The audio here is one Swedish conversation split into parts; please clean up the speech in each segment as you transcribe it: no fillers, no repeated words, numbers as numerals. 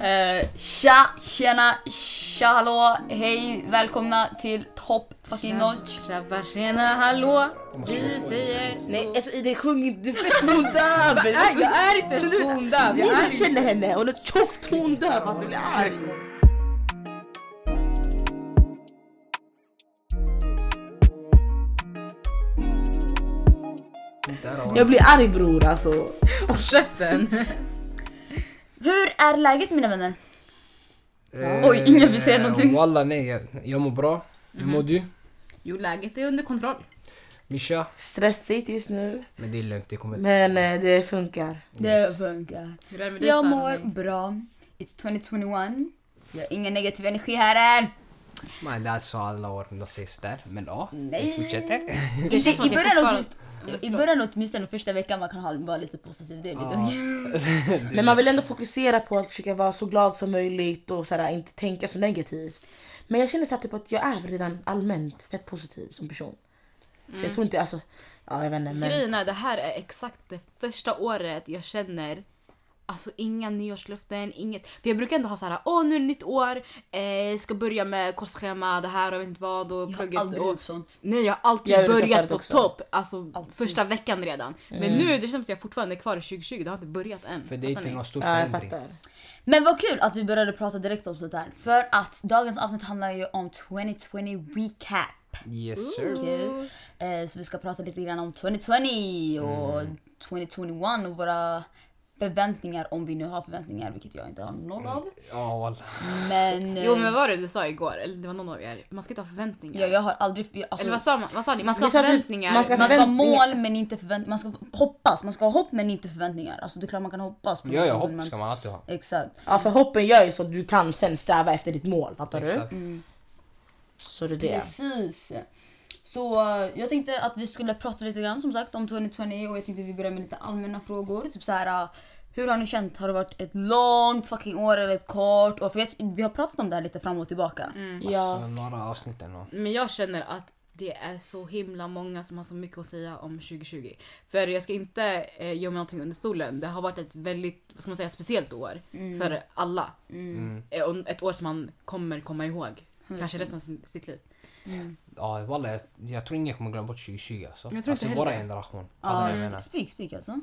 Tjena, hallå, hej, välkomna till Top fucking Notch. Tjena, hallå. Vi säger så. Nej, alltså det sjunger du för tondöv. Nej, jag är inte tondöv. Ni som känner henne, hon är tjock tondöv. Alltså jag blir arg. Jag blir arg bror alltså. Käften. Hur är läget mina vänner? Oj, ingen vill säga någonting. Walla nej, jag mår bra. Hur mår du? Jo, läget är under kontroll. Mischa? Stressigt just nu. Men det är lugnt, det kommer. Men det funkar. Det funkar. Hur är det med dig, Jag Sara? mår bra. It's 2021. Jag har ingen negativ energi här än. Men det är så alla år de ses där. Men ja, Nej. vi fortsätter. Det känns som att jag fortfarande... I början åtminstone första veckan man kan ha bara lite positiv. Det är lite okej. Men man vill ändå fokusera på att försöka vara så glad som möjligt och sådär, inte tänka så negativt. Men jag känner så här, typ att jag är redan allmänt fett positiv som person. Så jag tror inte, alltså, ja jag vet inte. Men... Grejen är, det här är exakt det första året jag känner alltså inga nyårslöften, inget. För jag brukar ändå ha så här: nu är det nytt år, ska börja med kostschema, det här och jag vet inte vad och Jag plugget har aldrig och gjort sånt. nej, jag har alltid Jag gjorde så börjat förut på också. topp, alltså Alltid. första veckan redan. Men nu det känns som att jag fortfarande är kvar i 2020, det har inte börjat än. För det är Fattar inte ni? någon stor Ja, jag förändring. fattar. Men vad kul att vi började prata direkt om sånt här. För att dagens avsnitt handlar ju om 2020 recap. Yes sir. Kul. Så vi ska prata lite grann om 2020 och 2021 och våra förväntningar, om vi nu har förväntningar, vilket jag inte har noll av. Ja walla. Men, Jo, men vad var det du sa igår? Eller det var någon av er. Man ska inte ha förväntningar. jag har aldrig... Alltså, Eller vad sa ni? Man ska Vi ha sa typ- förväntningar. man ska- man ska ha förväntningar. mål men inte förväntningar. Man ska hoppas. Man ska ha hopp men inte förväntningar. Alltså det är klart man kan hoppas på Ja, någonting, hopp men- ska man alltid ha. Exakt. Ja, för hoppen gör ju så att du kan sen sträva efter ditt mål, fattar Exakt. du? Så det är det. Precis. Så jag tänkte att vi skulle prata lite grann som sagt om 2020 och jag tänkte att vi börjar med lite allmänna frågor. Typ så här, hur har ni känt? Har det varit ett långt fucking år eller ett kort? Och för vi har pratat om det här lite fram och tillbaka. Ja. Så några avsnitt ändå. Men jag känner att det är så himla många som har så mycket att säga om 2020. För jag ska inte göra mig någonting under stolen. Det har varit ett väldigt, vad ska man säga, speciellt år för alla. Och ett år som man kommer komma ihåg. Kanske resten av sitt liv. Ja walla, jag tror ingen kommer glömma bort 2020 alltså. Jag tror inte Alltså heller våra det. generation. Ja, Jag menar. speak alltså.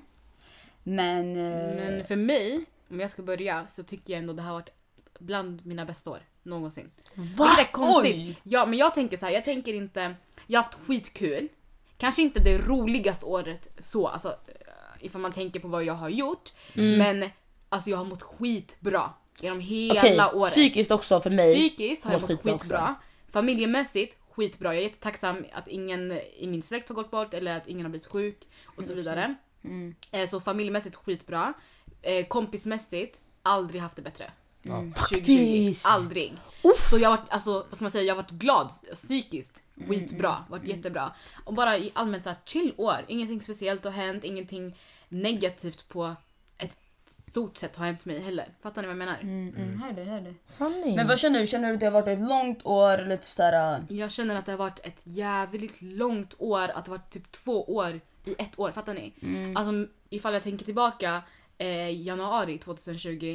Men Men för mig, om jag ska börja, så tycker jag ändå det har varit bland mina bästa år någonsin. Va? Det är konstigt. Oj! Ja, men jag tänker så här, jag tänker inte, jag har haft skitkul. Kanske inte det roligaste året så, alltså ifall man tänker på vad jag har gjort, men alltså jag har mått skitbra genom hela Okej, året. psykiskt också för mig. Psykiskt har jag mått mått skitbra skitbra. Familjemässigt skitbra. Jag är jättetacksam att ingen i min släkt har gått bort eller att ingen har blivit sjuk och så vidare. Så familjemässigt skitbra. Kompismässigt aldrig haft det bättre. 2020. Faktiskt. Aldrig. Så jag har varit, alltså, vad ska man säga, jag har varit glad psykiskt. Skitbra. Varit jättebra. Och bara i allmänt så här chill år. Ingenting speciellt har hänt. Ingenting negativt på ett stort sätt har hänt mig heller. Fattar ni vad jag menar? Hör det. Sanning. Men vad känner du? Känner du att det har varit ett långt år eller typ så här? Jag känner att det har varit ett jävligt långt år. Att det har varit typ 2 år i ett år. Fattar ni? Alltså ifall jag tänker tillbaka januari 2020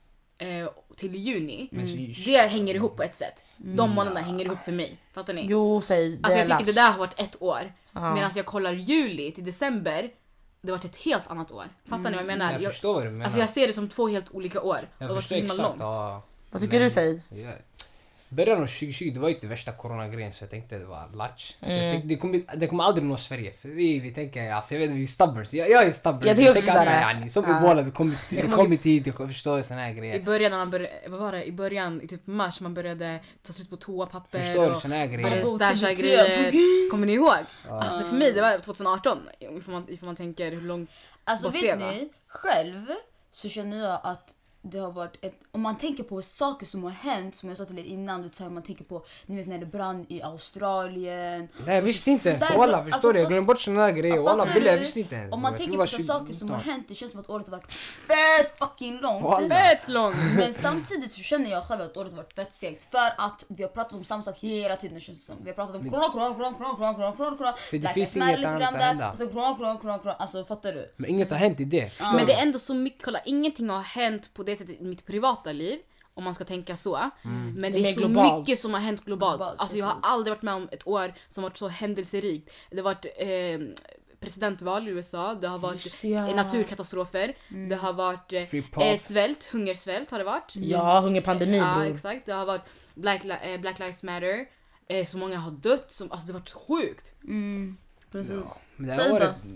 till juni. Det hänger ihop på ett sätt. De månaderna hänger ihop för mig. Fattar ni? Jo, säg Alltså jag delas. tycker det där har varit ett år. Ja. Medan jag kollar juli till december. Det har varit ett helt annat år. Fattar ni vad jag menar? Jag förstår vad du menar. Alltså jag ser det som 2 helt olika år. Det har jag varit så förstår himla exakt. långt. Ja. Vad tycker du, säg? Ja. Början av 2020, det var ju inte värsta coronagrejen så jag tänkte det var latch. Så jag tänkte, det kommer aldrig nå Sverige för vi tänker, alltså jag vet inte, vi är stubborn. Jag är stubborn. Ja, det är Jag också tänker där. aldrig, som vi målar, vi kommer hit, jag förstår såna här I grejer. början när man började, vad var det? I början, i typ mars, man började ta slut på toapapper Förstår du och såna här började grejer? stasha TBT. grejer. Kommer ni ihåg? Alltså för mig, det var 2018. Ifall man tänker hur långt Alltså bort det vet var. ni, själv så känner jag att det har varit ett, om man tänker på saker som har hänt, som jag sa till er innan, det så här, man tänker på, ni vet när det brann i Australien. Nej jag visste inte ens, Där- walla alltså, förstår du? Jag glömde bort såna här grejer, walla fattar Bille jag du? visste inte ens. Om man Jag tänker tror på det så var saker som har 2019. hänt, det känns som att året har varit fett fucking långt. Walla. Fett långt. Men samtidigt så känner jag själv att året har varit fett segt. För att vi har pratat om samma sak hela tiden, känns det som. Vi har pratat om corona. För det Like, finns smäller inget lite annat grann att där, hända. och så corona. Alltså fattar du? Men inget har hänt i det. förstår Men du? det är ändå så mycket, kolla, ingenting har hänt på det det sättet i mitt privata liv, om man ska tänka så. Men det Det är är så globalt. mycket som har hänt globalt. Globalt, Alltså jag har precis. aldrig varit med om ett år som varit så händelserikt. Det har varit presidentval i USA, det har varit Just det, ja. naturkatastrofer, det har varit Free pop. svält, hungersvält har det varit. Ja, hungerpandemi Ja, bror. exakt. Det har varit Black Lives Matter. Så många har dött. Alltså det har varit sjukt. Precis. Men det Säg här då. året...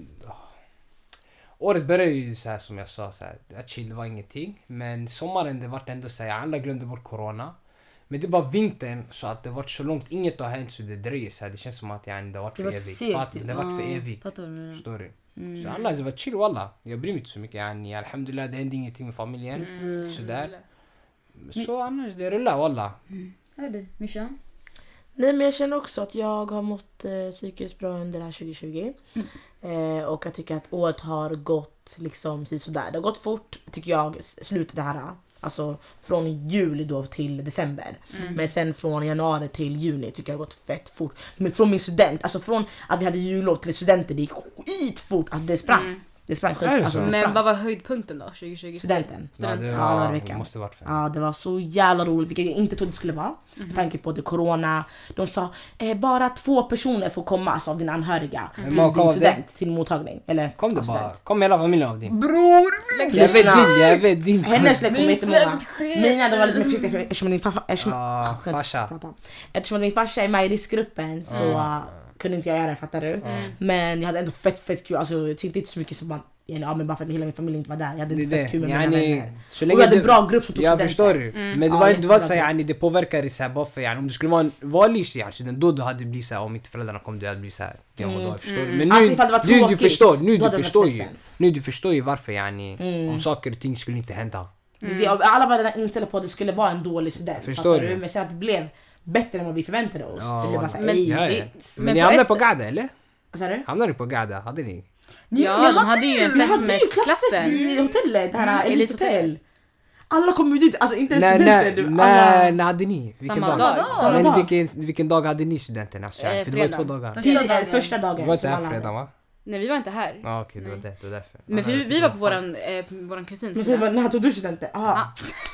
Året började ju så här som jag sa, så här, att chill, det var ingenting. Men sommaren det vart ändå så här, alla glömde bort corona. Men det var vintern så att det vart så långt, inget har hänt så det dröjer så här. Det känns som att det har varit Det för var evigt. segt. Fattar, det har varit för evigt. Fattar vad du menar. Förstår du? Så annars det var chill walla. Jag bryr mig inte så mycket yani. Alhamdulillah det hände ingenting med familjen. Sådär. Så annars det rullar walla. Hör du, Misha? Nej, men jag känner också att jag har mått psykiskt bra under det här 2020. Och jag tycker att året har gått liksom sådär. Det har gått fort tycker jag, slutet det här. Alltså från juli då till december. Men sen från januari till juni tycker jag det har gått fett fort. Men från min student, alltså från att vi hade jullov till studenter, det gick skitfort att det sprang. Det sprang skit. Är det Alltså, så? det Men sprang. vad var höjdpunkten då 2020? Studenten. Ja, det Ja, var, veckan. det måste varit för. Ja, det var så jävla roligt, vilket jag inte trodde det skulle vara. Med tanke på det corona. De sa, bara 2 personer får komma alltså, av dina anhöriga till man kom din av student, till mottagning. Eller, Kom det ja, bara. student. Kom hela familjen av din. Bror! Jag vet din. Hennes släkt kommer jättemånga. släkt Mina de var lite mer försiktiga eftersom min farsa, farsa. eftersom min farsa är med i riskgruppen så kunde inte jag göra det, fattar du? Men jag hade ändå fett kul, alltså jag tänkte inte så mycket som att ja, men bara för att hela min familj inte var där. Jag hade Det är inte fett det. kul med mina Yani, vänner. så Och länge vi hade du- en bra grupp som tog Jag studenter. förstår du. Men det Ja, var det jättebra var så yani, det påverkade så här bara för yani, om det skulle vara en vanlig så då du hade blivit så här, om inte föräldrarna kom du hade blivit så här. Jag mår dåligt, förstår du? Men nu Alltså, ifall det var du tråkigt, förstår, då nu hade du jag förstår varit ju. ledsen. Nu du förstår ju varför yani, om saker och ting skulle inte hända. Alla var redan inställda på att det skulle vara en dålig student. Förstår Fattar du? Men sen att det blev bättre än vad vi förväntade oss. Ja, det blev bara såhär, men- ej, Ja, ja. det- Men Men ni på hamnade ett på sätt- Gada eller? Vad sa du? Hamnade ni på Gada? Hade ni? Ja, de hade ju en Vi fest hade med ju klassfest klassen. i hotellet, det här Elithotell. elithotell. Alla kom ju dit, alltså inte ens studenter. När hade ni? Vilken Samma dag? dag. Samma Men dag. vilken dag hade ni studenterna? Alltså, för det var fredag. 2 dagar. Första dagen. Du var inte som här alla fredag hade. va? Nej, vi var inte här. Ja okej, det var det. Det var därför. Men för vi var på våran kusins Men så bara, när tog du studenter? Aha.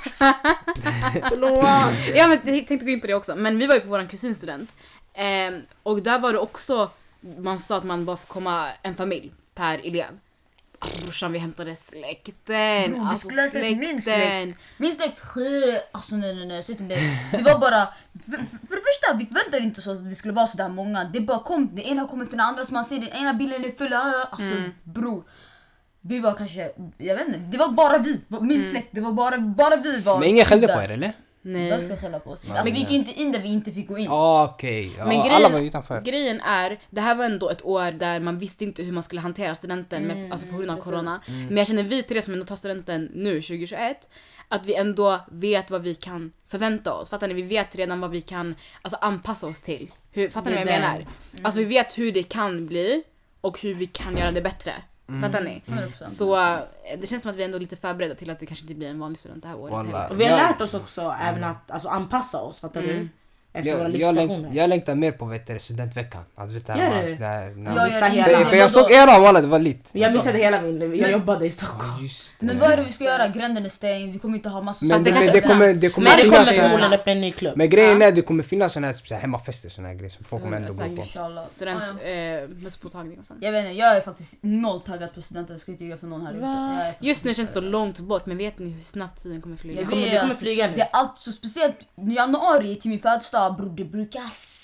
Förlåt. Ja, men jag tänkte gå in på det också. Men vi var ju på våran kusinstudent. Och där var det också, man sa att man bara får komma en familj per elev. Alltså brorsan, vi hämtade släkten. Bro, vi Alltså skulle ha sett min släkten. släkt. Min släkt alltså nej, säg till dig. Det var bara, för det första, vi förväntade inte oss att vi skulle vara så där många. Det bara kom, det ena kom efter den andra, så man ser den ena bilden är full. Alltså bror. Vi var kanske, jag vet inte, det var bara vi, min släkt, det var bara vi var. Men ingen skällde på där. er eller? Nej. De ska skälla på oss. Alltså vi gick ju inte in där vi inte fick gå in. Okej, Men alla var utanför. grejen är, det här var ändå ett år där man visste inte hur man skulle hantera studenten med, alltså på grund av corona. Men jag känner vi till det som ändå tar studenten nu 2021, att vi ändå vet vad vi kan förvänta oss. Fattar ni? Vi vet redan vad vi kan alltså, anpassa oss till. Fattar ni vad jag menar? Alltså vi vet hur det kan bli och hur vi kan göra det bättre. Fattar ni? 100%. Så det känns som att vi ändå är lite förberedda till att det kanske inte blir en vanlig student det här året Wallah. heller. Och vi har lärt oss också även att alltså, anpassa oss, fattar du? Efter våra livssituationer. Jag längtar mer på studentveckan. Alltså vet du, Gör du? Jag missar gör hela- inte för jag såg era walla, det var lit. Jag missade hela min, jag jobbade i Stockholm. Ja, just det. Men vad är det vi ska göra? Gränden är stängd, vi kommer inte ha massor Men det kanske det kommer Men det finnas kommer såna- förmodligen öppna en ny klubb. Men grejen är det kommer finnas såna här, typ, så här hemmafester såna här grejer som folk kommer ändå gå Säkert. på. Inshallah. Student, Ja, ja. mösspåtagning och sånt. Jag vet inte, jag är faktiskt noll taggad på studenten, jag ska inte ljuga för någon här ute. Jag är faktiskt Just nu känns det så inte- långt bort, men vet ni hur snabbt tiden kommer flyga? Jag Det kommer flyga nu. Det är allt så speciellt januari till min födelsedag, bror, det brukar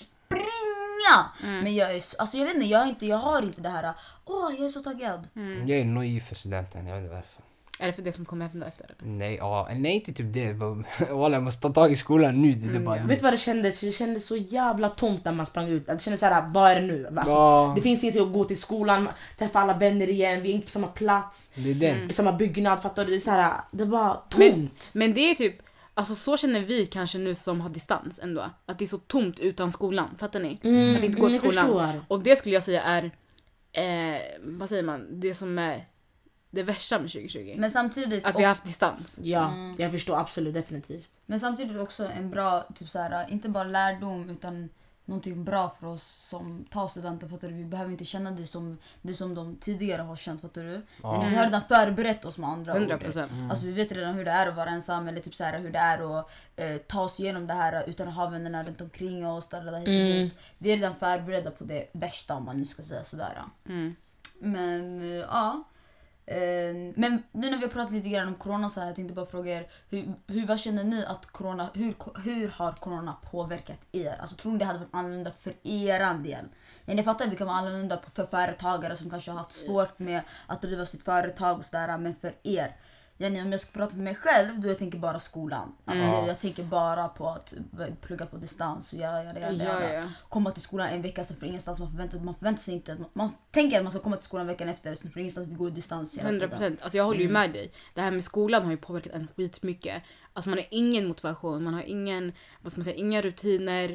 springa. Men jag är alltså jag vet inte, jag har inte det här. Jag är så taggad. Jag är naiv för studenten, jag vet inte varför. Är det för det som kommer efter eller? Nej inte typ det. Walla jag måste ta tag i skolan nu. Det är bara ja. nu. Vet du vad det kändes? Det kändes så jävla tomt när man sprang ut. Det kändes såhär, vad är det nu? Alltså, Ja. det finns inget att gå till skolan, träffa alla vänner igen, vi är inte på samma plats, Det är den. i samma byggnad, fattar du? Det är såhär, det var tomt. Men det är typ, alltså så känner vi kanske nu som har distans ändå. Att det är så tomt utan skolan, fattar ni? Att inte gå till jag skolan. förstår. Och det skulle jag säga är, vad säger man, det som är det värsta med 2020. Men samtidigt, Att vi har haft distans. Ja, jag förstår absolut, definitivt. men samtidigt också en bra, typ så här, inte bara lärdom utan någonting bra för oss som tar studenten, fattar du? Vi behöver inte känna det som de tidigare har känt, fattar du? Men vi har redan förberett oss med andra 100%. Alltså vi vet redan hur det är att vara ensam, eller typ så här, hur det är att ta oss igenom det här utan att ha vännerna runt omkring oss. Vi är redan förberedda på det värsta, om man nu ska säga sådär. Men ja. Men nu när vi har pratat lite grann om corona så här, jag tänkte bara fråga er, vad känner ni att corona, hur har corona påverkat er? Alltså tror ni det hade varit annorlunda för er del? Jag fattar att det kan vara annorlunda för företagare som kanske har haft svårt med att driva sitt företag och sådär, men för er, om jag ska prata för mig själv, då jag tänker bara skolan. Alltså jag tänker bara på att plugga på distans och göra. Komma till skolan en vecka, så för ingenstans man förväntar sig inte att man tänker att man ska komma till skolan veckan efter, så för ingenstans vi går i distans hela 100%. tiden. Alltså jag håller ju med dig. Det här med skolan har ju påverkat en skitmycket. Alltså man har ingen motivation, man har inga rutiner.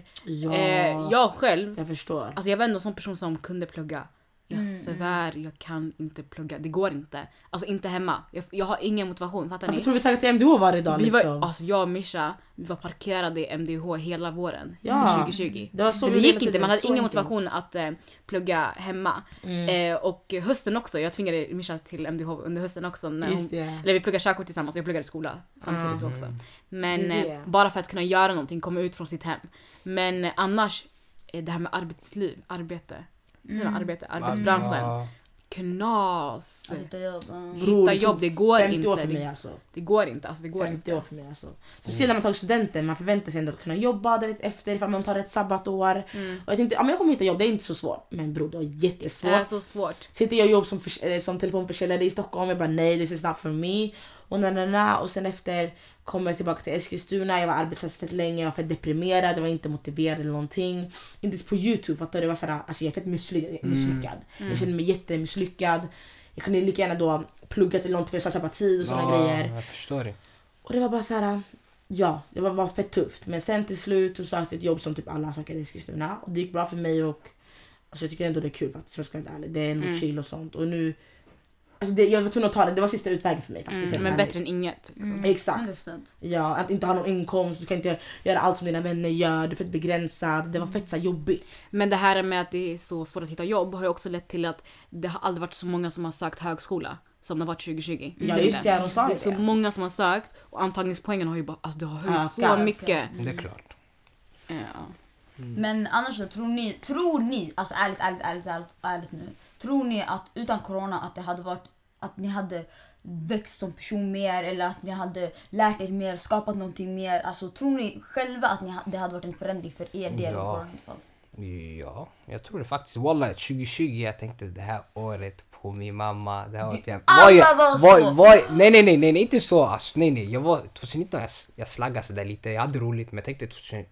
Jag själv, jag förstår. Alltså jag var ändå en sån person som kunde plugga. Jag svär, jag kan inte plugga. Det går inte. Alltså inte hemma. Jag har ingen motivation, fattar ni? Varför tror vi tagit till MDH varje dag liksom? Alltså jag och Misha, vi var parkerade i MDH hela våren 2020. Det gick inte, man hade ingen motivation att plugga hemma. Och hösten också, jag tvingade Misha till MDH under hösten också. Eller vi pluggade körkort tillsammans och jag pluggade skola samtidigt också. Men bara för att kunna göra någonting, komma ut från sitt hem. Men annars, det här med arbete. Arbetsbranschen. Knas. Hitta jobb, det går inte. 50 år för mig alltså. Det går inte. 50 år för mig alltså. Speciellt när man tar studenten, man förväntar sig ändå att kunna jobba där efter ifall man tar ett sabbatår. Och jag tänkte, jag kommer hitta jobb, det är inte så svårt. Men bror, det var jättesvårt. Det är så svårt. Sitter jag jobb som telefonförsäljare i Stockholm, jag bara nej, this is not for me. Och sen efter kommer jag tillbaka till Eskilstuna, jag var arbetslös för länge, jag var fett deprimerad, jag var inte motiverad eller någonting. Inte ens på YouTube, för att det var såhär, alltså jag är fett misslyckad. Jag kände mig jättemisslyckad. Jag kunde lika gärna då plugga till något för att släppa tid och såna grejer. Jag förstår det. Och det var bara såhär, det var fett tufft. Men sen till slut så sökte jag ett jobb som typ alla söker i Eskilstuna. Och det gick bra för mig och alltså jag tycker ändå det är kul faktiskt, jag ska vara ärlig. Det är ändå chill och sånt. Och nu alltså jag var tvungen att ta det var sista utvägen för mig faktiskt. Men bättre än inget. Liksom. Exakt. 100%. Ja, att inte ha någon inkomst, du kan inte göra allt som dina vänner gör, du är fett begränsad. Det var fett så jobbigt. Men det här med att det är så svårt att hitta jobb har ju också lett till att det har aldrig varit så många som har sökt högskola som det har varit 2020. Ja, just det, de sa det är så många som har sökt och antagningspoängen har ju bara, alltså det har höjt så mycket. Det är klart. Ja. Men annars så tror ni, alltså ärligt nu, tror ni att utan corona att det hade varit, att ni hade växt som person mer, eller att ni hade lärt er mer, skapat någonting mer? Alltså tror ni själva att det hade varit en förändring för er del om corona inte fanns? Ja, jag tror det faktiskt. Wallah, 2020 jag tänkte det här året på min mamma. Det här året nej, inte så. Alltså, nej. Jag var 2019, jag slaggade så där lite. Jag hade roligt, men jag tänkte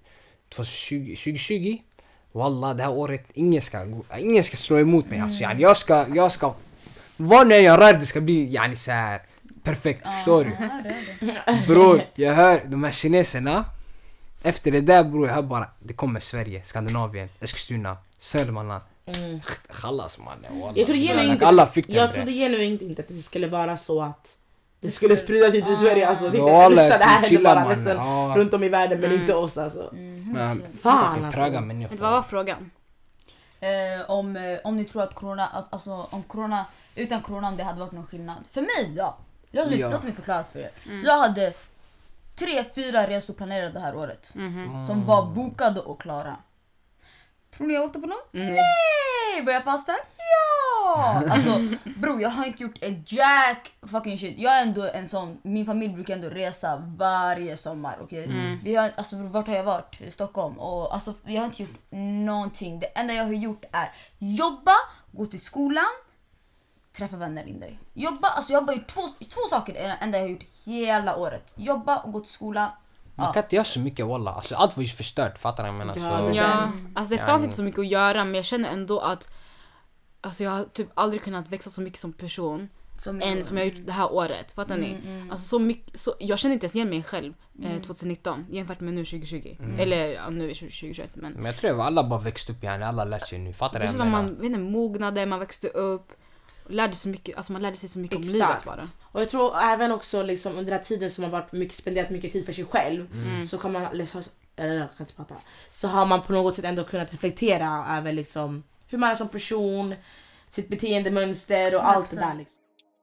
2020 wallah, det här året ingen ska slå emot mig. Alltså, jag ska vad när jag rör det ska bli så här perfekt, förstår du? Bror, jag hör de här kineserna. Efter det där bror, jag hör bara det kommer Sverige, Skandinavien, Eskilstuna, Södermanland. Khallas mannen. Jag trodde genuint inte att det skulle vara så att det skulle sprida sig till Sverige. Alltså, det här bara nästan runt om i världen, men inte oss alltså. Fan alltså. Vad var frågan? Om ni tror att corona, alltså om corona, utan corona om det hade varit någon skillnad. För mig, ja. Låt mig förklara för er. Jag hade 3-4 resor planerade det här året. Som var bokade och klara. Tror ni jag åkte på någon? Nej! Börjar jag fasta? Ja! Alltså, bro, jag har inte gjort en jack fucking shit. Jag är ändå en sån, min familj brukar ändå resa varje sommar, okej? Vi har, alltså, vart har jag varit? I Stockholm. Och alltså, jag har inte gjort någonting. Det enda jag har gjort är jobba, gå till skolan, träffa vänner in där. Jobba har gjort två saker, det är det enda jag har gjort hela året. Jobba och gå till skolan. Man kan inte göra så mycket wallah. Alltså, allt var ju förstört, fattar jag menar. Ja, alltså det fanns inte så mycket att göra, men jag känner ändå att alltså jag har typ aldrig kunnat växa så mycket som person som jag har gjort det här året, fattar ni? Alltså så mycket, jag känner inte ens igen mig själv 2019 jämfört med nu 2020. Eller nu 2021, men jag tror att alla bara växte upp igen, alla lär sig nu, fattar det? Det är som man mognade, man växte upp. Lärde sig mycket, alltså man lärde sig så mycket om livet bara. Och jag tror även också liksom, under den här tiden som man varit spenderat mycket tid för sig själv så kan man eller jag kan inte prata, så har man på något sätt ändå kunnat reflektera över liksom hur man är som person, sitt beteendemönster och allt det där liksom.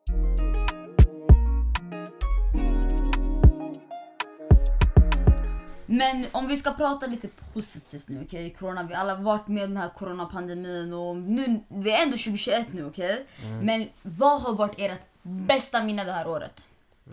Men om vi ska prata lite positivt nu, okej? Corona, vi alla har varit med i den här coronapandemin och nu, vi är ändå 2021 nu, okej? Men vad har varit ert bästa minne det här året?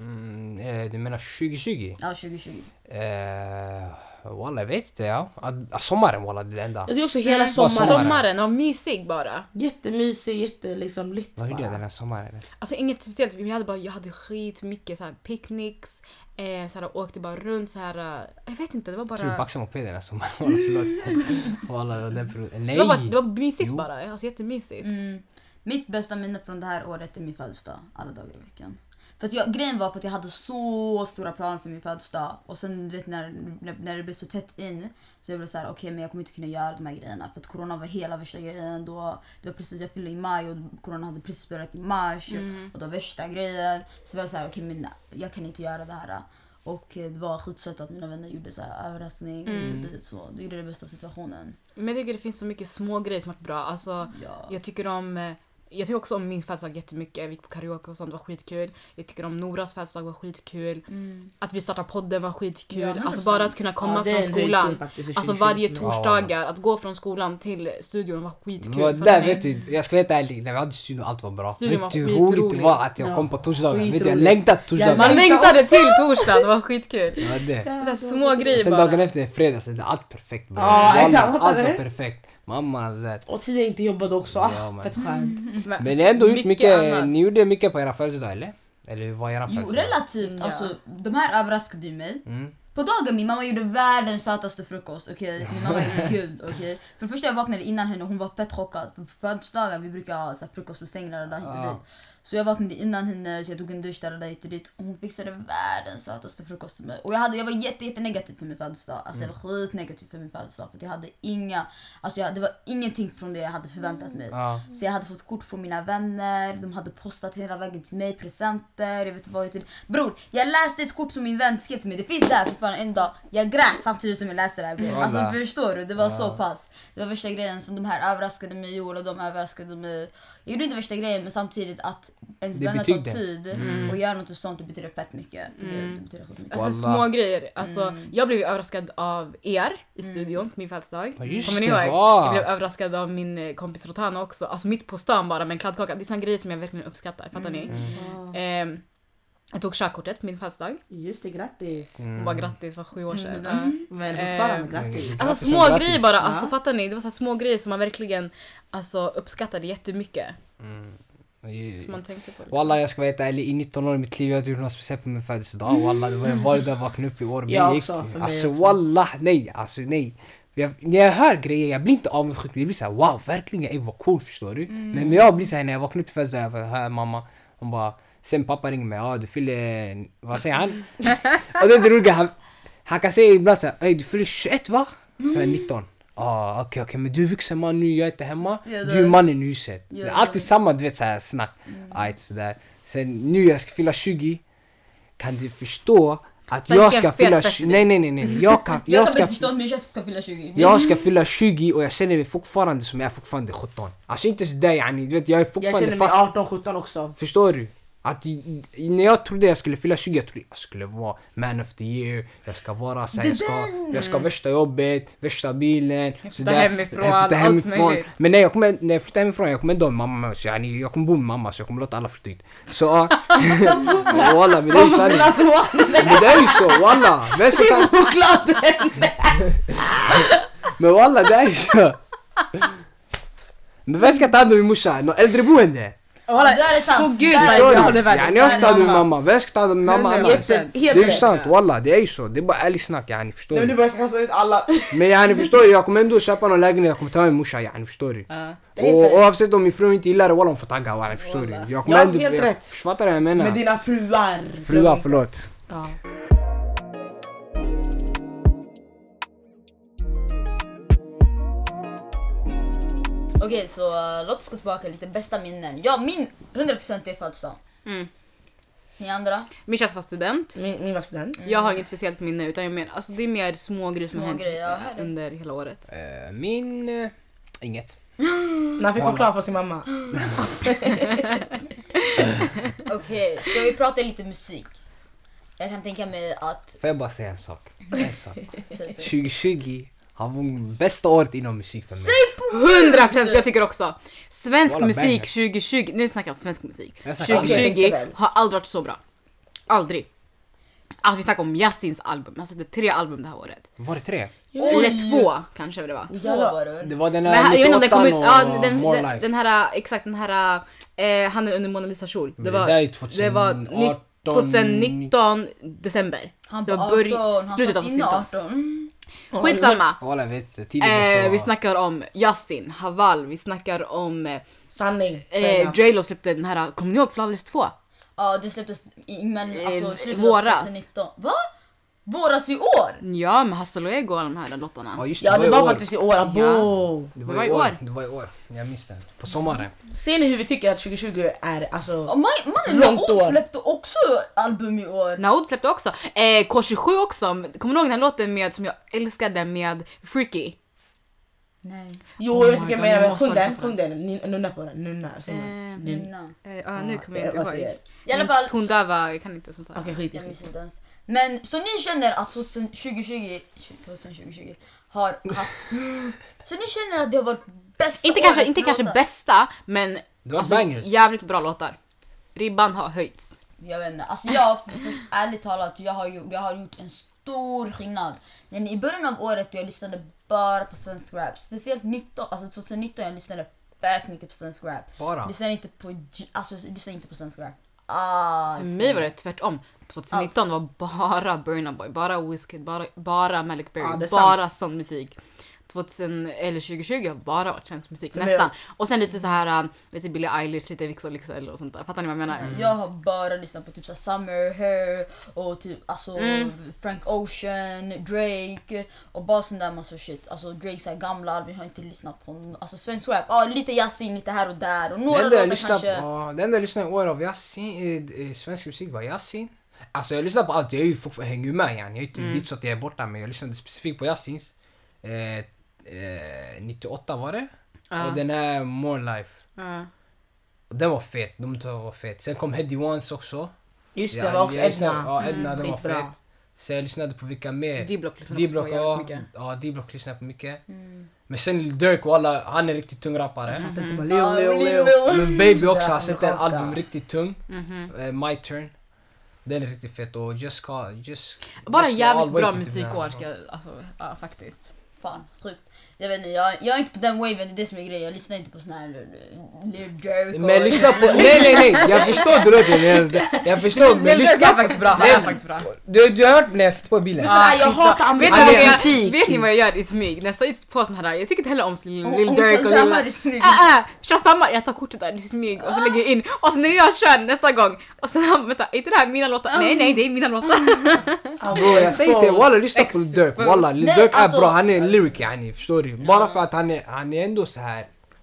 Du menar 2020? Ja, 2020. Walla, jag vet inte, ja. Sommaren, walla, det enda. Jag tycker också hela sommaren. Sommaren var mysig bara. Jättemysig, liksom litt Vad gjorde jag bara. den här sommaren? Alltså inget speciellt, jag hade skitmycket så här picknicks, så här, åkte bara runt så här. Jag vet inte, det var bara... Jag tror du baxade mopeden den här sommaren. Walla, förlåt. Walla, nej. Det var mysigt bara, alltså jättemysigt. Mitt bästa minne från det här året är min födelsedag, alla dagar i veckan. För att grejen var för att jag hade så stora planer för min födelsedag. Och sen vet när det blev så tätt in, så jag blev såhär, okej, men jag kommer inte kunna göra de här grejerna. För att corona var hela värsta grejen. Det var precis, jag fyllde i maj och corona hade precis börjat i mars. Och det var värsta grejen. Så jag var såhär, okej, men jag kan inte göra det här. Och det var skitsött att mina vänner gjorde så här överraskning. Så det gjorde det bästa av situationen. Men jag tycker det finns så mycket små grejer som varit bra. Alltså, jag tycker också om min födelsedag jättemycket. Vi gick på karaoke och sånt, var skitkul. Jag tycker om Noras födelsedag, var skitkul. Att vi startade podden var skitkul. Ja, alltså bara att kunna komma från skolan. Alltså varje torsdagar, att gå från skolan till studion var skitkul. Där vet du, jag ska veta ärligt, när vi hade studion allt var bra. Studion vet du var hur roligt det skitrolig. var att jag kom på torsdagen? Vet du, jag Skitroligt. längtade torsdagen. Man längtade till torsdag, det var skitkul. Det var det. Så här små grejer Sen bara. dagen efter fredag, så det är allt perfekt. Bro. Ja, Walla, exakt. allt var perfekt. Mamma, det. Och tiden inte jobbade också. Ja, man. Fett skönt. Men ni har ändå gjort mycket, annat. ni gjorde mycket på era födelsedag, eller? Eller hur var era Jo, födelsedag? relativt. Ja. Alltså, de här överraskade ju mig. Mm. På dagen min mamma gjorde världens sötaste frukost, okej? Min mamma är guld, okej? För det första jag vaknade innan henne och hon var fett chockad. För på födelsedagar vi brukar ha så här, frukost med sängen eller där hit och dit. Så jag vaknade innan henne, så jag tog en dusch där hit och dit. Och hon fixade världens sötaste frukost till mig. Och jag var jätte negativ för min födelsedag. Alltså jag var skitnegativ för min födelsedag. För att jag hade det var ingenting från det jag hade förväntat mig. Så jag hade fått kort från mina vänner. De hade postat hela vägen till mig, presenter. Jag vet inte vad jag till. Bror, jag läste ett kort som min vän skrev till mig. Det finns där fortfarande en dag. Jag grät samtidigt som jag läste det här brevet. Alltså förstår du? Det var så pass. Det var värsta grejen som de här överraskade mig och de överraskade mig. Jag gjorde inte värsta grejen, men samtidigt att ens vänner tar tid och gör något sånt, det betyder fett mycket. Det betyder så mycket. Alltså små grejer. Alltså, jag blev ju överraskad av er i studion på min födelsedag. Just Kommer ni det, ihåg? va? Jag blev överraskad av min kompis Rotana också. Alltså mitt på stan bara med en kladdkaka. Det är sån grejer som jag verkligen uppskattar, fattar ni? Jag tog körkortet på min födelsedag. Just det, grattis. Hon var grattis, var 7 år sedan. Men fortfarande grattis. Alltså Grattis små och grejer grattis. bara, alltså fattar ni? Det var så här små grejer som man verkligen uppskattade jättemycket. Som man tänkte på. Walla, jag ska vara helt ärlig, i 19 år i mitt liv jag har inte gjort något speciellt på min födelsedag. Walla, det var en vardag jag vaknade upp i år. Jag också, för mig alltså också. walla, nej. När jag hör grejer, jag blir inte avundsjuk. Jag blir såhär, wow, verkligen, vad cool, förstår du? Men jag blir såhär, när jag vaknar upp i födelsedag, jag hör mamma, hon bara, sen pappa ringer mig, du fyller, vad säger han? Och det är det roliga, han kan säga ibland såhär, du fyller 21 va? För 19. Okej, men du är vuxen man nu, jag är inte hemma. Ja, du är mannen i huset. Ja, Så det- alltid samma, du vet såhär snack. Sådär. Sen nu jag ska fylla 20, kan du förstå att Sen jag ska ska jag fet fylla fest. 20? Nej. Jag Jag kan ska inte förstå att min chef kan fylla 20. jag ska fylla 20 och jag känner mig fortfarande som jag är fortfarande 17. Alltså inte sådär yani, du vet jag är Jag fortfarande känner mig fast. 18-17 också. Förstår du? Att när jag trodde jag skulle fylla 20, jag trodde jag skulle vara man of the year. Jag ska vara såhär, jag ska ha värsta jobbet, värsta bilen. Flytta hemifrån, allt möjligt. Men när jag flyttar hemifrån, jag kommer ändå med mamma. Så jag kommer bo med mamma, så jag kommer låta alla flytta ut. Så walla, men det är ju sanning. Men det är ju så, walla. Vem ska ta... Men walla, det är ju så. Men vem ska ta hand om min morsa? Någon äldreboende? Ja, det är sant. Åh gud, Det är vad sant. jag håller verkligen. Yani jag ska ta hand om min mamma. Vem ska ta hand om min mamma annars? 100%. Det är ju sant, walla. Det är ju så. Det är bara ärligt snack, yani. Förstår Nu du? börjar jag kasta ut alla. Men yani, förstår du? Jag kommer ändå köpa någon lägenhet. Jag kommer ta med min morsa, yani. Förstår du? Och oavsett om min fru inte gillar det, walla, hon får tagga, walla. Förstår du? Jag kommer Ja, ändå... helt rätt. Fattar du vad jag menar? Med dina fruar. Fruar, förlåt. Ja. Okej, så låt oss gå tillbaka lite bästa minnen. Ja, min 100% är födelsedag. Ni andra? Min tjej var student. Min var student. Jag har inget speciellt minne utan jag menar, alltså det är mer små grejer som har hänt Smågrejer, ja. under hela året. Min... Inget. När han fick choklad från sin mamma. Okej, ska vi prata lite musik? Jag kan tänka mig att... Får jag bara säga en sak? 2020 har varit bästa året inom musik för mig. 100% jag tycker också. Svensk Walla musik bangers. 2020, nu snackar jag om svensk musik. Jag snackar om- 2020 Okej, väl. har aldrig varit så bra. Aldrig. Alltså vi snackar om Yastins album. Han släppte 3 album det här året. Var det 3? Eller 2 kanske det var. Två var det väl? Det var den Men här jag vet inte om den kom ut, 98 ja, och More Life. den här, exakt den här, han är under Mona Lisa kjol. Men det där är det var 2018. 2019 december. Han det var var 18, han slutet av satt inne 2019. 18. Skitsamma. Walla vet du, tiden går så... Vi snackar om Justin, Haval, vi snackar om Sanning. J.Lo släppte den här, kommer ni ihåg Flawless 2? Ja, det släpptes alltså slutet våras. av 2019. Va? Våras i år? Ja, med Hasta Luego och de här låtarna. Ja, just Ja, det i var år. faktiskt i år. Abo. Det Det var i år. Det var i år. Jag minns den. På sommaren. Ser ni hur vi tycker att 2020 är alltså... Och mannen Långt Naoud år. släppte också album i år. Naoud släppte också. K27 också. Kommer ni ihåg den här låten med, som jag älskade med Freaky? Nej. Jo, Oh jag vet my inte God, vad jag jag menar. måste Sjung den, lyssna på sjung den. Nunna på den. Nunna. Nu kommer jag vad inte ihåg. säger? I alla fall, Tondöva, jag kan inte sånt här. Okej, skit jag i minns inte ens. Men så ni känner att 2020 har haft... Så ni känner att det har varit bästa Inte året kanske för låtar? bästa, men Det var alltså, bangers. jävligt bra låtar. Ribban har höjts. Jag vet inte. Alltså jag, ärligt talat, jag har gjort en stor skillnad. Men i början av året jag lyssnade bara på svensk rap. Speciellt 2019 jag lyssnade väldigt mycket på svensk rap. Bara. Lyssnade inte på svensk rap. För mig var det tvärtom. 2019 var bara Burna Boy, bara Wizkid, bara Malik Ja, Berry, det är bara sån musik. 2020 har bara varit svensk musik, För mig- nästan. Och sen lite så här lite Billie Eilish, lite Vix och Lixell och sånt där. Fattar ni vad jag menar? Jag har bara lyssnat på typ så här Summer, Her och typ Frank Ocean, Drake och bara sån där massa shit. Alltså Drake så här gamla album har jag inte lyssnat på. Alltså svensk rap, lite Yasin, lite här och där och några Det enda jag låtar lyssnade kanske. på, det enda jag lyssnade i år av Yasin, svensk musik var Yasin. Alltså jag lyssnar på allt, jag är ju hänger ju med igen. Jag är inte dit så att jag är borta, men jag lyssnade specifikt på Yasins. 98 var det. Och den här More Life. Och den var fet, de två var fet. Sen kom Heady Ones också. Just det, Ja, var också jag lyssnade- Edna. Ja, Edna, den var Skitbra. fet. Sen jag lyssnade på vilka mer? D-Block lyssnade också på D-Block, jävligt mycket. ja, D-Block lyssnade på mycket. Men sen Lil Durk, walla, han är riktigt tung rappare. Fattar inte bara Lil. Men Baby också Sådär har släppt en amerikanska. album riktigt tung. Mhm. My Turn. Den är riktigt fet och Bara just jävligt all bra way till musikår det. ska jag, alltså, ja, faktiskt. Fan, sjukt. Jag vet inte, jag är inte på den waven, det är det som är grejen. Jag lyssnar inte på sån här Lil Durk Men lyssna på, nej, jag förstår du det. Jag förstår, men Lil Durk lyssna är faktiskt bra, han är faktiskt bra. Du har hört när jag sitter på bilen? Nej, jag hatar Vet ni, amerikansk vad musik. vet ni vad jag gör i smyg? När jag sitter på sån här, jag tycker inte heller om Lil Hon Durk och samma Lilla... i smyg. Kör samma, jag tar kortet där i smyg och så lägger jag in och så när jag kör nästa gång och sen han, vänta, är inte det här mina låtar? Nej, det är mina låtar. Bro, jag säger till walla lyssna på Lil Durk. Walla, Lil Nej, Durk är alltså- bra, han är lyric yani, förstår du? Bara för att han är ändå så här.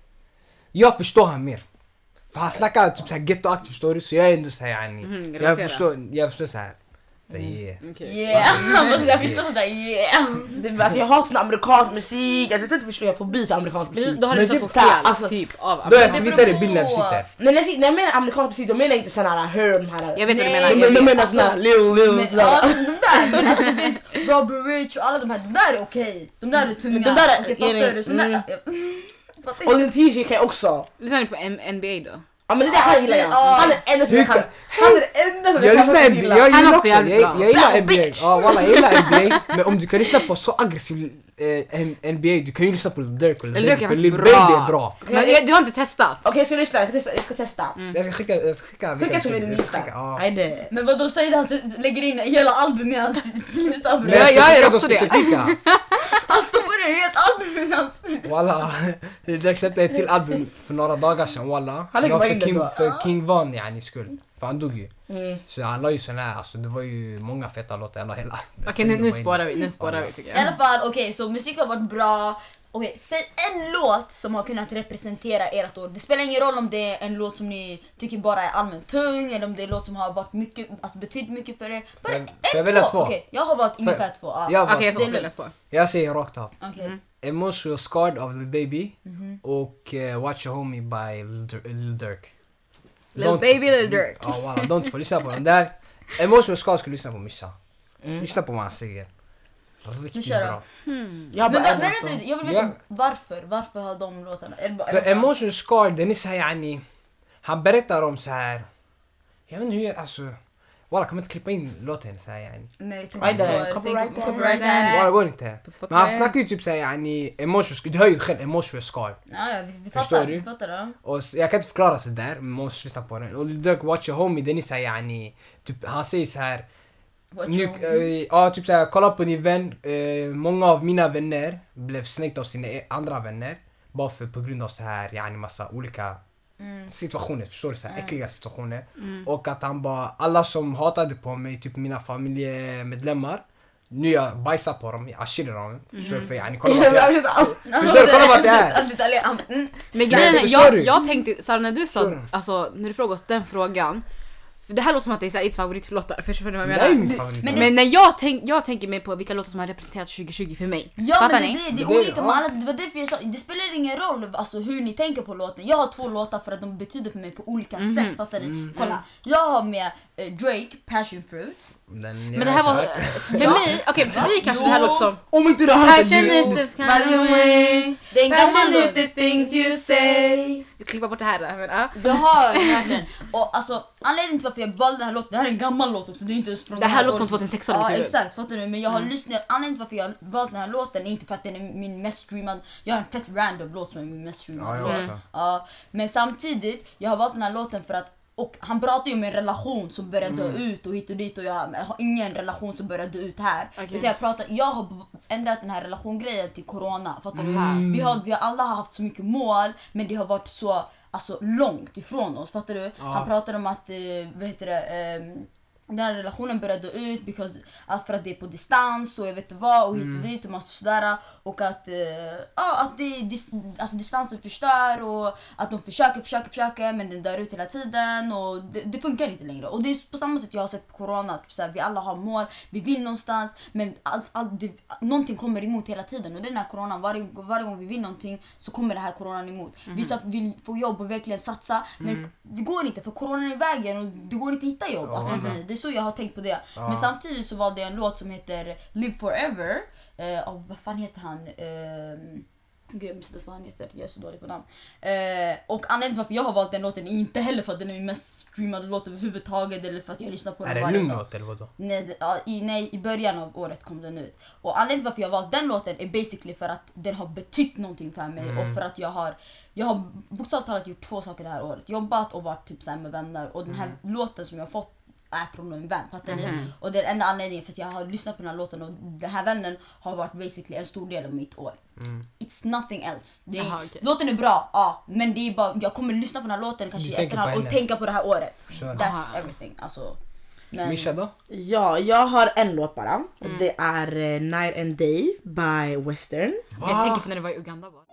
Jag förstår han mer. För han snackar typ såhär ghettoaktigt, förstår du? Så jag är ändå såhär yani. Jag förstår så här. Så yeah. Yeah, jag förstår sådär yeah. Alltså, jag hatar sån amerikansk musik. Alltså, jag tror inte förstår jag fobi för amerikansk musik. Då har du Men lyssnat på typ så här, fel alltså, typ av Då jag ska Det visa beror dig på. bilden när vi sitter. när jag menar amerikansk musik, då menar jag inte sån här Her, de här. Jag vet vad du Nej, menar. De jag vet. menar sån här Lil Men, sådär. ja, de där, men alltså det finns Robert Rich och alla de här, de där är okej. De där är tunga. Men de där är- Okej, fattar du? Så där, fattar Och den TJ kan jag också. Lyssnar ni på NBA då? Ja men det där han gillar jag. Ja. Han är den enda som jag kan. Han är den enda som Jag jag kan lyssnar faktiskt NBA, gilla. jag Han gillar också också, jävligt bra. jag gillar Bad NBA. bitch. Ja walla, jag gillar NBA. Men om du kan lyssna på så aggressiv NBA, du kan ju lyssna på Lil Durk och Lil Durk är för Lil faktiskt Baby bra. är bra. Men du har inte testat? Okej, jag ska lyssna. Jag ska testa. Jag ska skicka Skicka som min jag ska lista. skicka, ja. Nej det. Men vad då säger han lägger in hela album i hans lista? Men bro. jag ska gör skicka också de det. specifika. Han stoppar in helt album i hans spellista. Walla, Lil Durk släppte ett till album för några dagar sedan walla. Han lägger Det var bara in den då. för King Von yani skull. För han dog ju. Mm. Så han la ju sån här, alltså det var ju många feta låtar hela. Okej, nu spårar vi tycker I alla jag. fall, okej, så musik har varit bra Okej, säg en låt som har kunnat representera ert år. Det spelar ingen roll om det är en låt som ni tycker bara är allmänt tung eller om det är en låt som har varit mycket, alltså betytt mycket för er. Bara jag vill ha två. Okej, jag har valt ungefär 2. Jag Okej, var- jag ska också det är välja 2. Jag säger rakt av. Okej. Emotional Scarred av Lil Baby och Watch Your Homie by Lil Durk. Lil Baby, Lil Durk. Ja walla, don't få lyssna på den där. Emotional Scarred ska lyssna på Missa. Lyssna på vad han säger. Riktigt kör då. bra. Jag Men bara vänta alltså. lite, jag vill veta varför har de låtarna? Är det bara, För Emotional Scarred, den är såhär yani. Han berättar om så här. Jag vet inte hur, alltså. Walla, kan man inte klippa in låten såhär yani? Nej, Aj, där, copyright där. Walla, går inte. På Spotify. Men han snackar ju typ såhär yani. Emotional, du hör ju själv Emotional Scarred. Ja, vi Förstår fattar. du? Vi fattar det. Och jag kan inte förklara sig där, men man måste lyssna på den. Och Lil Durk Watch Your Homie, den är såhär yani. Typ, han säger så här. Ja, typ såhär, kolla på din vän. Många av mina vänner blev snäckt av sina andra vänner. Bara på grund av så här, yani massa olika situationer, förstår du? Så här, äckliga situationer. Och att han bara, alla som hatade på mig, typ mina familjemedlemmar. Nu jag bajsar på dem, jag chillar dem. Förstår du? För yani, kolla vad jag... Förstår du? Kolla vad det är! Men grejen är, förstår du? jag tänkte, Sara, när du Förstår sa, du? alltså när du frågade oss den frågan, för det här låter som att det är Saids favoritlåtar, förstår du vad jag Det är menar? ju min favorit. Men när jag tänker mig på vilka låtar som har representerat 2020 för mig. Ja, Fattar men ni? det är Det är- olika ja. med alla. Det var därför jag sa, det spelar ingen roll alltså, hur ni tänker på låten. Jag har 2 låtar för att de betyder för mig på olika sätt, fattar ni? Kolla, jag har med Drake, Passion Fruit. Men Men det här var, för mig, okej för dig kanske det här låter som Om inte du har hört Passion det is the kind of way. Det är en gammal Passion is låt. the things you say. Klippa bort det här men ja. Du har hört den. Och alltså, anledningen till varför jag valde den här låten, det här är en gammal låt också, det är inte ens från Det här låter året. som 2016 Ja i mitt huvud. exakt, fattar du? Men jag har lyssnat, anledningen till varför jag valt den här låten är inte för att den är min mest streamad. Jag har en fett random låt som är min mest streamade Ja, jag låt. också. Ja, men samtidigt, jag har valt den här låten för att, och han pratar ju om en relation som börjar dö ut och hit och dit, och jag har ingen relation som börjar dö ut här. Okej. Utan jag har ändrat den här relationgrejen till corona, fattar du? Vi har alla haft så mycket mål, men det har varit så alltså, långt ifrån oss, fattar du? Han pratar om att, vad heter det, den här relationen började dö ut för att det är på distans och jag vet inte vad och hit och dit och massa sådär, och att att alltså distansen förstör och att de försöker men den dör ut hela tiden och det funkar inte längre. Och det är på samma sätt jag har sett på corona, typ såhär, vi alla har mål, vi vill någonstans, men någonting kommer emot hela tiden, och det är den här coronan, varje gång vi vill någonting så kommer det här coronan emot. Vissa vill få jobb och verkligen satsa, men det går inte för coronan är i vägen och det går inte att hitta jobb. Alltså, det är så jag har tänkt på det. Men samtidigt så var det en låt som heter Live Forever vad fan heter han? Gud, jag missade vad han heter. Jag är så dålig på namn. Och anledningen till varför jag har valt den låten är inte heller för att den är min mest streamade låt överhuvudtaget eller för att jag lyssnar på den Är det varje lugn dag. låt eller vadå? Nej, i början av året kom den ut. Och anledningen till varför jag har valt den låten är basically för att den har betytt någonting för mig och för att jag har bokstavligt talat gjort 2 saker det här året. Jobbat och varit typ så här med vänner, och den här låten som jag har fått är från en vän, fattar ni? Och det är den enda anledningen för att jag har lyssnat på den här låten, och den här vännen har varit basically en stor del av mitt år. It's nothing else. Jaha, okej. Låten är bra, ja, men det är bara, jag kommer lyssna på den här låten kanske Du i tänker på efterhand och henne. tänka på det här året. Förstår. That's Aha. everything. Alltså, men, Mischa då? Ja, jag har en låt bara. Och det är Night and Day by Western. Jag tänker på när det var i Uganda bara.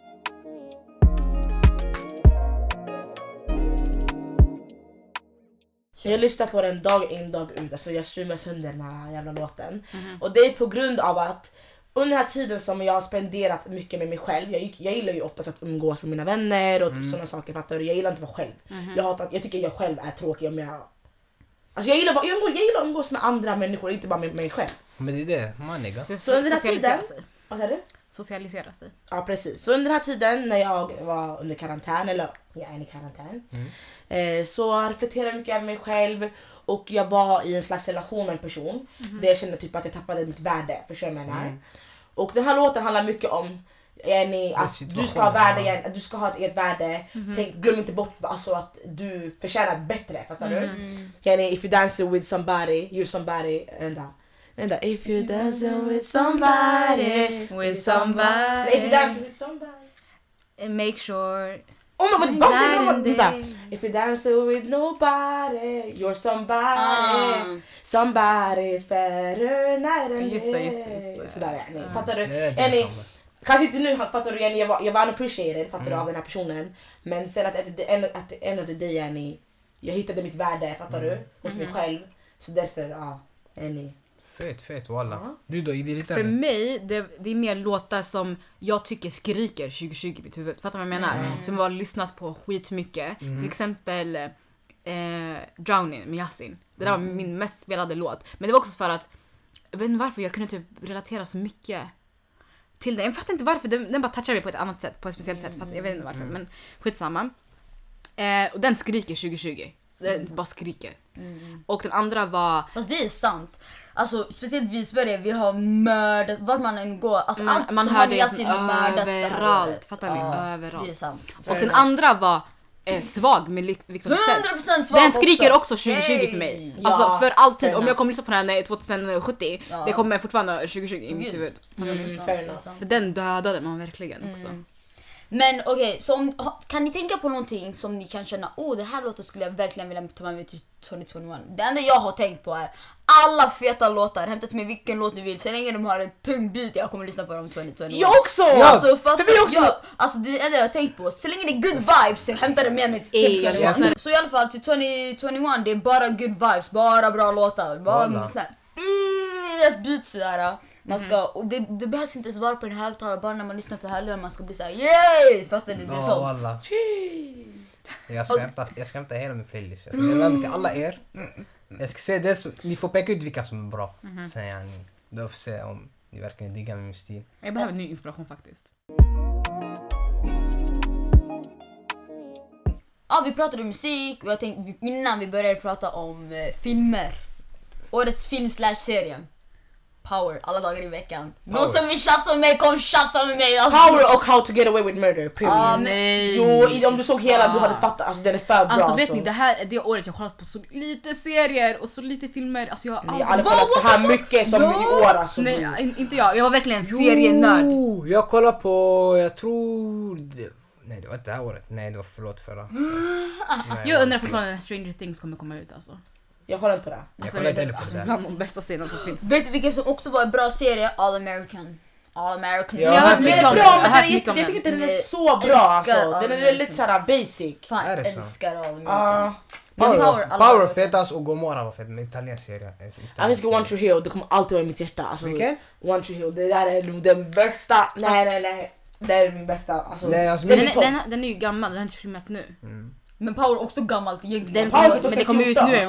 Jag lyssnar på den dag in dag ut, alltså jag streamar sönder den här jävla låten. Och det är på grund av att under den här tiden som jag har spenderat mycket med mig själv, jag gillar ju oftast att umgås med mina vänner och typ sådana saker, fattar du? Jag gillar inte att vara själv. Jag tycker jag själv är tråkig om jag... Alltså jag gillar att umgås med andra människor, inte bara med mig själv. Men det är det, man nigga. Så under den här Socialisera tiden... sig. Vad säger du? Socialisera sig. Ja precis, så under den här tiden när jag var under karantän, eller jag är i karantän, så reflekterade jag mycket över mig själv och jag var i en slags relation med en person där jag kände typ att jag tappade mitt värde, förstår jag menar. Och den här låten handlar mycket om att du ska ha värde igen, att du ska ha ett eget värde. Glöm inte bort alltså, att du förtjänar bättre, fattar du? If you dance with somebody, you're somebody, ända. If you dance with somebody, With somebody. if you dance with somebody. Make sure. Oh my god, Night and vänta! day. If you dance with nobody, you're somebody. Somebody's better night and Just det, day. just det, just det. Sådär är ni. Fattar du? Det är det Är ni? kommer. kanske inte nu, fattar du Jenny, jag var unappreciated, fattar du, av den här personen. Men sen att at the end of the day Jenny, jag hittade mitt värde, fattar du, hos mig själv. Så därför, Jenny. Fett, walla. Du då, i det För mig, det är mer låtar som jag tycker skriker 2020 i mitt huvud. Fattar vad jag menar? Som jag har lyssnat på skitmycket. Till exempel Drowning med Yasin. Det där var min mest spelade låt. Men det var också för att, jag vet inte varför, jag kunde typ relatera så mycket till den. Jag fattar inte varför, den bara touchar mig på ett annat sätt, på ett speciellt sätt. Jag vet inte varför, men skitsamma. Och den skriker 2020. Den bara skriker. Och den andra var... Fast det är sant. Alltså speciellt vi i Sverige, vi har mördat vart man än går. Alltså allt man som hör har det Yasin mördats det här överallt. året. Fattar ni? Överallt. Det är sant. Och den andra var Svag med Victor Leksell. 100% svag. Den skriker också 2020 för mig. Ja, Alltså för alltid. fair Om jag enough. kommer lyssna på den här 2070, Ja. det kommer fortfarande 2020 i mitt huvud. fair enough. För den dödade man verkligen också. Men okej, så kan ni tänka på någonting som ni kan känna, det här låten skulle jag verkligen vilja ta med mig till 2021. Det enda jag har tänkt på är alla feta låtar, hämtat med vilken låt ni vill. Så länge de har en tung beat, jag kommer lyssna på dem 2021. Jag också! Alltså, För vi också! alltså det är det jag har tänkt på. Så länge det är good vibes, så hämtar det med mig till jag 2021. lyssnar. Så i alla fall till 2021, det är bara good vibes, bara bra låtar. Bara Voilà. sån här beat sådär. Man ska, och det behövs inte ens vara på en högtalare, bara när man lyssnar på hörlurar man ska bli såhär yay! Fattar ni? Det är Ja, sånt. walla. Jag ska hämta hela min playlist. Jag ska dela med till alla er. Jag ska se det så ni får peka ut vilka som är bra. Sen då får se om ni verkligen diggar min stil. Jag behöver ny inspiration faktiskt. Ja, vi pratade om musik och jag tänkte innan vi började prata om filmer. Årets film/serie. Power, alla dagar i veckan. Någon som vill tjafsa med mig, kom tjafsa med mig. Power och How to get away with murder, period. Nej. Jo, om du såg hela du hade fattat, alltså den är för bra. Alltså vet ni, det här är det året jag har kollat på så lite serier och så lite filmer. Alltså jag har Jag har aldrig kollat så här mycket som i år alltså. Nej, inte jag. Jag var verkligen en serienörd. Jo, jag kollar på, jag tror... Nej, det var inte det här året. Nej, det var förra. Nej, Jag undrar fortfarande när Stranger Things kommer komma ut alltså. Jag kollar inte på det. Jag kollar inte heller på Alltså det där. bland de bästa serierna som finns. Vet du vilken som också var en bra serie? All American. All American. Ja, Jag har hört Den mycket är om bra den. men Jag har hört mycket om jag tycker inte den. den är Nej, så bra älskar alltså. All Den är American. lite såhär basic. Fan, Är det så? älskar All American. Ja. Men Power alla dagar. fetas och Gomorra var fet, men italiensk serie. Jag tycker One Tree Hill, det kommer alltid vara i mitt hjärta. Alltså, Vilken? One Tree Hill, det där är nog den bästa. Nej. Det är min bästa. Alltså, Nej, alltså, den men- är topp. Den är ju gammal, den har inte filmat nu. Men Power också gammalt egentligen. Den Power men det kommer ut nu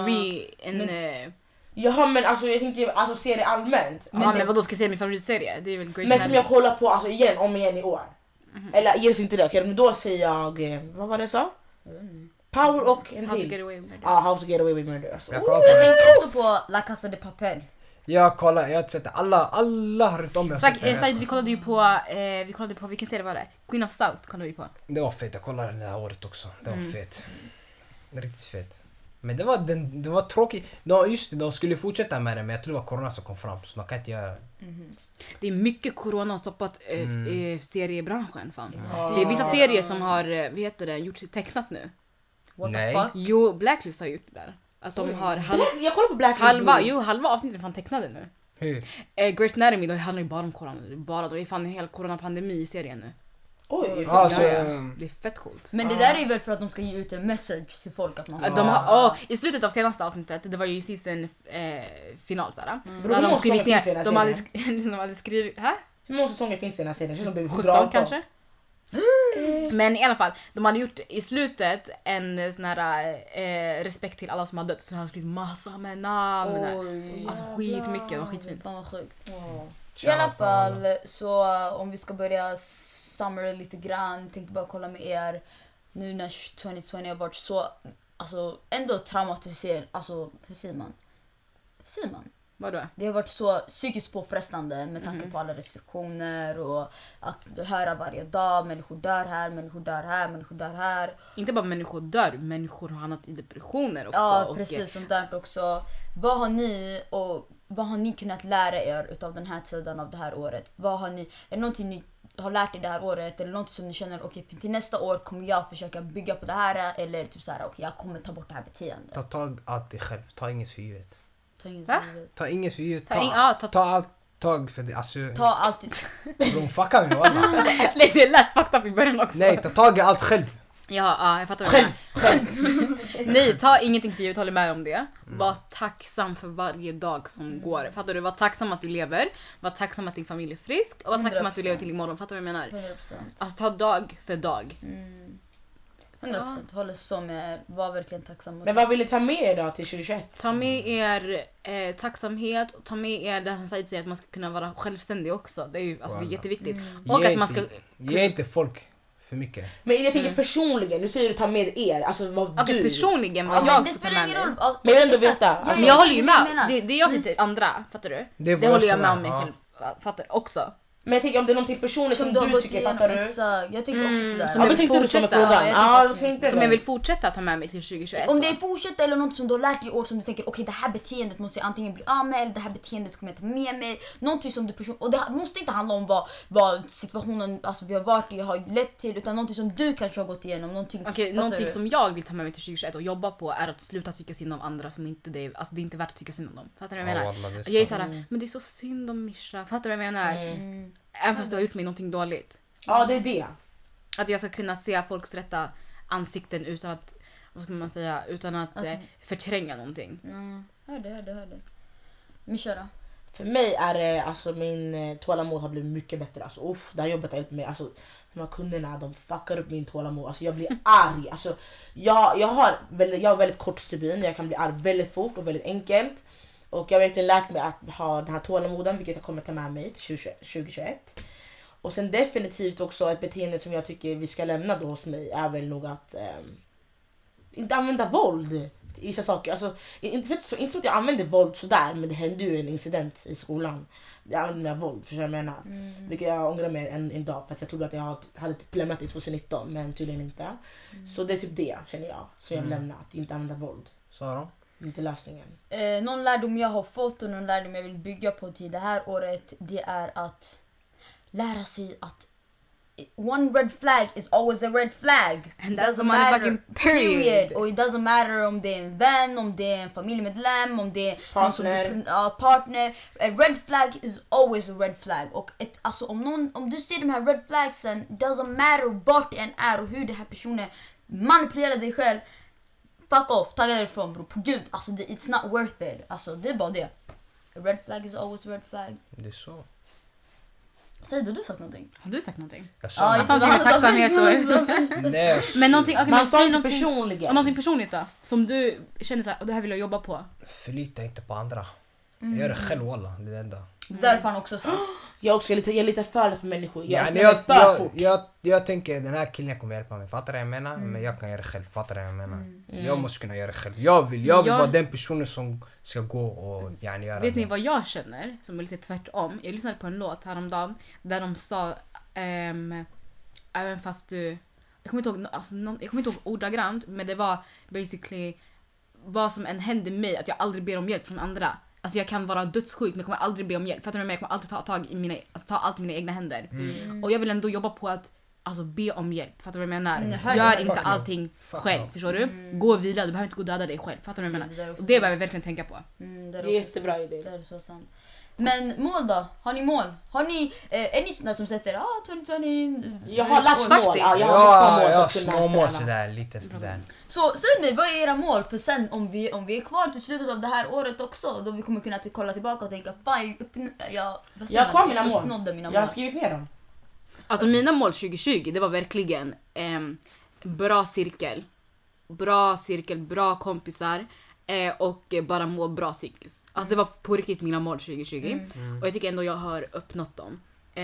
Men- Jaha men alltså jag tänkte alltså serie allmänt. men vadå, ska jag säga min favoritserie? Det är väl Grey's Men som Anatomy. jag kollar på alltså om igen i år. Eller ges inte det, okej men då säger jag, vad var det jag sa? Power och en How to till. get away with murder. Ja, How to get away with murder. Alltså. Jag kollar Jag på det. tänkte också på La Casa de Papel. Jag har sett det. Alla har runt om mig har sett det. Said, vi kollade ju på, vilken serie var det? Queen of South kollade vi på. Det var fett, jag kollade det här året också. Det var fett. Riktigt fett. Men det var tråkigt. De skulle fortsätta med det men jag tror det var corona som kom fram så de kan inte göra det. Det är mycket corona har stoppat seriebranschen fan. Det är vissa serier som har, gjort sig tecknat nu. What Nej. the fuck? Jo, Blacklist har gjort det där. Att de har Jag kollar på Blacklist. halva avsnittet är fan tecknade nu. Hur? Grey's Anatomy, då handlar ju bara om corona. Det är fan en hel coronapandemi i serien nu. Oj, Ja, så, Det är fett coolt. Men det där är väl för att de ska ge ut en message till folk att man ska... I slutet av senaste avsnittet, det var ju season final såhär. Bro, hur många säsonger finns det i den här De hade skrivit, hur många säsonger finns det i den här serien? Det känns som det är 17 118. kanske? Men i alla fall, de hade gjort i slutet en sån här respekt till alla som har dött. Så de hade skrivit massa med namn. Oj. Alltså skitmycket, det var skitfint. Fan vad sjukt. I alla fall så om vi ska börja summary lite grann, tänkte bara kolla med er nu när 2020 har varit så alltså ändå traumatiserande, alltså hur säger man? Vadå? Det har varit så psykiskt påfrestande med tanke på alla restriktioner och att höra varje dag människor dör här, människor dör här, människor dör här. Inte bara människor dör, människor har hamnat i depressioner också. Ja, och precis, sånt där också. Vad har ni kunnat lära er utav den här tiden av det här året? Är det någonting ni har lärt er det här året eller något som ni känner okej, till nästa år kommer jag försöka bygga på det här eller typ så här okej, jag kommer ta bort det här beteendet. Ta tag allt dig själv, ta inget för givet. Ta inget Va? för givet. Ta inget för givet, Ta tag för det. Alltså, Ta alltid. de fuckar mig walla. Nej, det lät fucked up i början också. Nej, ta tag i allt själv. Ja, jag fattar vad du menar. Nej, ta ingenting för givet, håller med om det. Var tacksam för varje dag som går. Fattar du? Var tacksam att du lever. Var tacksam att din familj är frisk. Och var tacksam att du lever till imorgon. Fattar du vad jag menar? 100%. Alltså ta dag för dag. 100%. Håller så med. Var verkligen tacksam. Men vad vill ni ta med er då till 2021? Ta med er tacksamhet och ta med er det som säger att man ska kunna vara självständig också. Det är ju alltså, det är jätteviktigt. Och att man ska... Ge inte folk för mycket. Men jag tänker personligen, nu säger du ta med er, alltså vad Okej, du... personligen vad Ja, jag det ska ta spelar med ingen mig. roll. Men jag vill ändå Exakt. veta, alltså- Men jag håller ju jag med. Det jag säger till andra, fattar du? Det är Det håller jag vad med om som mig är, själv. Fattar också. Men jag tänker om det är någonting personligt som Som du har du gått tycker, igenom. fattar du? Exakt. Jag tänkte också sådär. som Ja, jag vad tänkte du som är fortsätta. frågan? Ja, jag Ja, tänkte jag tänkte Som det. jag vill fortsätta ta med mig till 2021. Om det är va? fortsätta eller något som du har lärt dig i år som du tänker okej, det här beteendet måste jag antingen bli av med eller det här beteendet kommer jag ta med mig. Någonting som du person... Och det måste inte handla om vad situationen alltså, vi har varit i har lett till utan någonting som du kanske har gått igenom. Någonting, Okej, någonting som jag vill ta med mig till 2021 och jobba på är att sluta tycka synd om andra som inte det är, alltså det är inte värt att tycka synd om dem. Fattar du vad jag menar? wallah, det är Jag är sant. såhär, men det är så synd om Misha. Fattar du vad jag menar? Även fast du har gjort mig någonting dåligt. Ja, det är det. Att jag ska kunna se folks rätta ansikten utan att, vad ska man säga, utan att förtränga någonting. Hör det. Misha då? För mig är det, alltså min tålamod har blivit mycket bättre. Alltså det här jobbet har hjälpt mig. Alltså de här kunderna, de fuckar upp min tålamod. Alltså jag blir arg. Alltså jag har väldigt kort stubin. Jag kan bli arg väldigt fort och väldigt enkelt. Och jag har verkligen lärt mig att ha den här tålamoden, vilket jag kommer ta med mig till 2021. Och sen definitivt också ett beteende som jag tycker vi ska lämna då hos mig är väl nog att inte använda våld i vissa saker. Alltså, inte så att jag använder våld sådär, men det hände ju en incident i skolan. Jag använde mer våld, för jag menar. Vilket jag ångrar mig en dag för att jag trodde att jag hade typ lämnat i 2019, men tydligen inte. Så det är typ det, känner jag, som jag vill lämna. Att inte använda våld. Sara? Inte lösningen. Någon lärdom jag har fått och någon lärdom jag vill bygga på till det här året, det är att lära sig att one red flag is always a red flag. And that's a motherfucking period. Och it doesn't matter om det är en vän, om det är en familjemedlem, om det är Partner. någon som, partner. A red flag is always a red flag. Och alltså om du ser de här red flagsen, doesn't matter vart det än är och hur den här personen manipulerar dig själv. Fuck off, tagga därifrån bro. På gud, alltså it's not worth it. Alltså det är bara det. A red flag is always a red flag. Det är så. Säger du sagt någonting? Har du sagt någonting? Jag sa Ja, något. Samtidigt med tacksamhet och... Nej, jag Men någonting, okay, Man men sa säg inte någonting, personligen. och någonting personligt då? Som du känner såhär, och det här vill jag jobba på. förlita inte på andra. Jag gör det själv walla, det är det enda. Därför han också sagt. Jag är lite för lätt för människor. Jag Ja, är för fort. jag tänker den här killen kommer hjälpa mig, fattar du vad jag menar? Men jag kan göra det själv, fattar du vad jag menar? Jag måste kunna göra det själv. Jag vill vara den personen som ska gå och gärna göra Vet det. ni vad jag känner? Som är lite tvärtom. Jag lyssnade på en låt häromdagen där de sa även fast du... Jag kommer inte ihåg ordagrant, men det var basically vad som än händer mig, att jag aldrig ber om hjälp från andra. Alltså jag kan vara dödssjuk men jag kommer aldrig be om hjälp. Fattar du vad jag kommer alltid ta allt i mina egna händer. Och jag vill ändå jobba på att alltså, be om hjälp. Fattar du vad jag menar? Gör inte allting själv, förstår du? Gå och vila, du behöver inte gå och döda dig själv. Fattar du vad jag menar? Och det behöver jag verkligen tänka på. Det är Jättebra idé. Det är så sant. Men mål då? Har ni mål? Är ni sådana som sätter 2020? Jag har lagt Faktiskt. mål. Ja, jag har Ja, lagt små små mål mål för att kunna sådär, lite sådär. Så säg mig, vad är era mål? För sen om vi är kvar till slutet av det här året också, då vi kommer kunna kolla tillbaka och tänka fan, jag har mina mål. uppnådde mina Jag har mål. skrivit ner dem. Alltså mina mål 2020, det var verkligen bra cirkel, bra kompisar och bara må bra psykiskt. Alltså det var på riktigt mina mål 2020 och jag tycker ändå jag har uppnått dem.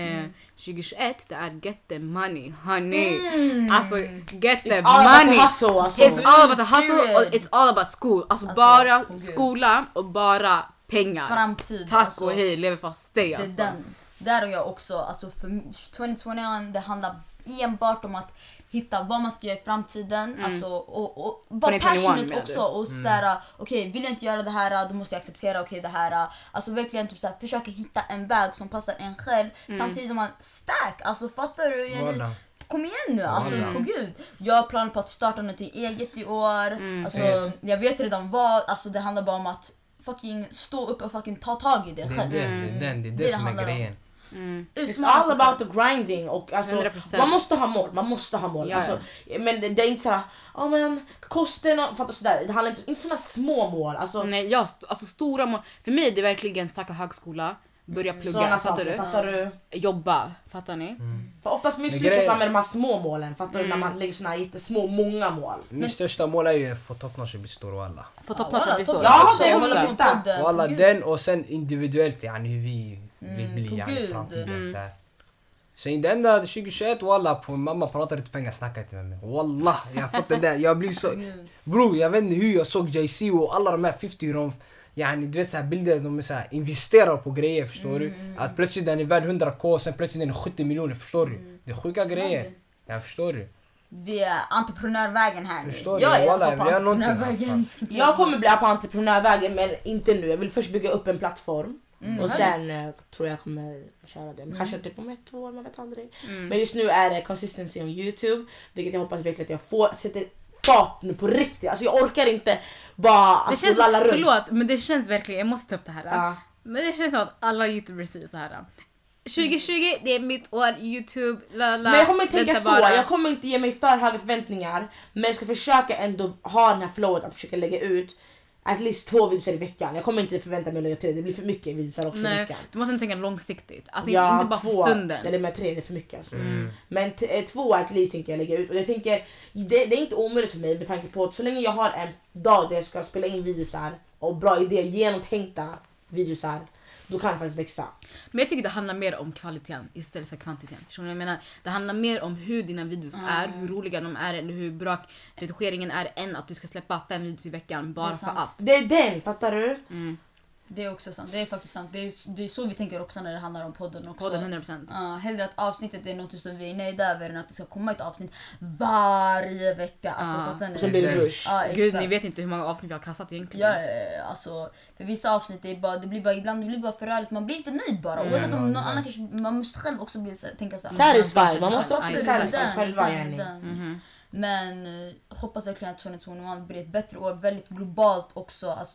2021 det är get the money honey. Alltså get the money. It's all about the hustle och it's all about school. Alltså bara skola och bara pengar. Framtid. Tack alltså, och hej, leverpastej det är alltså. den. Där och jag också, alltså för 2021 det handlar enbart om att hitta vad man ska göra i framtiden, alltså och vara 2021 passionate menar också du? och såhär, okej, vill jag inte göra det här, då måste jag acceptera det här, alltså verkligen typ såhär, försöka hitta en väg som passar en själv samtidigt som man stack, alltså fattar du? Voilà. Kom igen nu, alltså på gud. Jag har planer på att starta något eget i år, alltså jag vet redan vad, alltså det handlar bara om att fucking stå upp och fucking ta tag i det själv. Det är det som är grejen. It's all about the grinding och alltså 100%. man måste ha mål. Ja. Alltså, men det är inte såhär, men kosten fattar sådär. Det handlar inte såna små mål. Alltså, Nej, alltså stora mål. För mig är det verkligen söka högskola, börja plugga, såna fattar saker, du? Jobba, fattar ni? För oftast misslyckas man med de här små målen, fattar du? När man lägger såna här jättesmå, många mål. Min största mål är ju att få toppnotch och bli stor och alla. Få toppnotch bli stor. Ja, det det är håller också. vi starkt. Och alla den och sen individuellt yani hur vi vill bli på yani i Gud. framtiden. Så här. Sen det enda 2021 walla på mamma pratar inte pengar, snackar inte med mig. Wallah, jag har fått det där. Jag blir så... Bro, jag vet inte hur jag såg JC och alla de här 50 de... Yani du vet så här bilder, de är så här, investerar på grejer, förstår du? Att plötsligt den är värd 100k, sen plötsligt den är 70 miljoner, förstår du? Det är sjuka grejer. Jag förstår du. Vi är entreprenörvägen här nu. Förstår du? Jag är Walla, på vi har någonting entreprenörvägen. Jag kommer bli på entreprenörvägen men inte nu. Jag vill först bygga upp en plattform. Och sen tror jag kommer köra det. Men kanske typ om 1 år, man vet aldrig. Men just nu är det consistency on YouTube. Vilket jag hoppas verkligen att jag sätter fart nu på riktigt. Alltså jag orkar inte bara Det känns, lalla runt. förlåt, men det känns verkligen, jag måste ta upp det här. Ja. Men det känns som att alla youtubers säger så här. 2020, det är mitt år, YouTube, Men jag kommer inte tänka vänta så, bara. jag kommer inte ge mig för höga förväntningar. Men jag ska försöka ändå ha den här flowet att försöka lägga ut at least 2 videos i veckan. Jag kommer inte förvänta mig att lägga 3, det blir för mycket videos också i Nej, veckan. du måste tänka långsiktigt. Att det Ja, inte bara för 2 stunden. eller med 3 det är för mycket alltså. Men 2 at least tänker jag lägga ut. Och jag tänker, det är inte omöjligt för mig med tanke på att så länge jag har en dag där jag ska spela in videos här och bra idéer, genomtänkta videos här, då kan det faktiskt växa. Men jag tycker det handlar mer om kvaliteten istället för kvantiteten. Förstår ni vad jag menar? Det handlar mer om hur dina videos är, hur roliga de är eller hur bra redigeringen är än att du ska släppa 5 videos i veckan bara Det är för sant. att. Det är den, fattar du? Det är också sant. Det är faktiskt sant. Det är så vi tänker också när det handlar om podden också. Podden 100%. Hellre att avsnittet är något som vi är nöjda över än att det ska komma ett avsnitt varje vecka. Alltså, fattar ni? Och sen blir det rush. Ja, Gud, exakt. ni vet inte hur många avsnitt vi har kastat egentligen. Ja, alltså för vissa avsnitt det blir bara ibland det blir bara för rörigt. Man blir inte nöjd bara. Oavsett om någon annan kanske, man måste själv också bli tänka så här. Satisfied, man måste också bli Exakt. satisfied själva yani. Men hoppas verkligen att 2021 blir ett bättre år, väldigt globalt också. Alltså,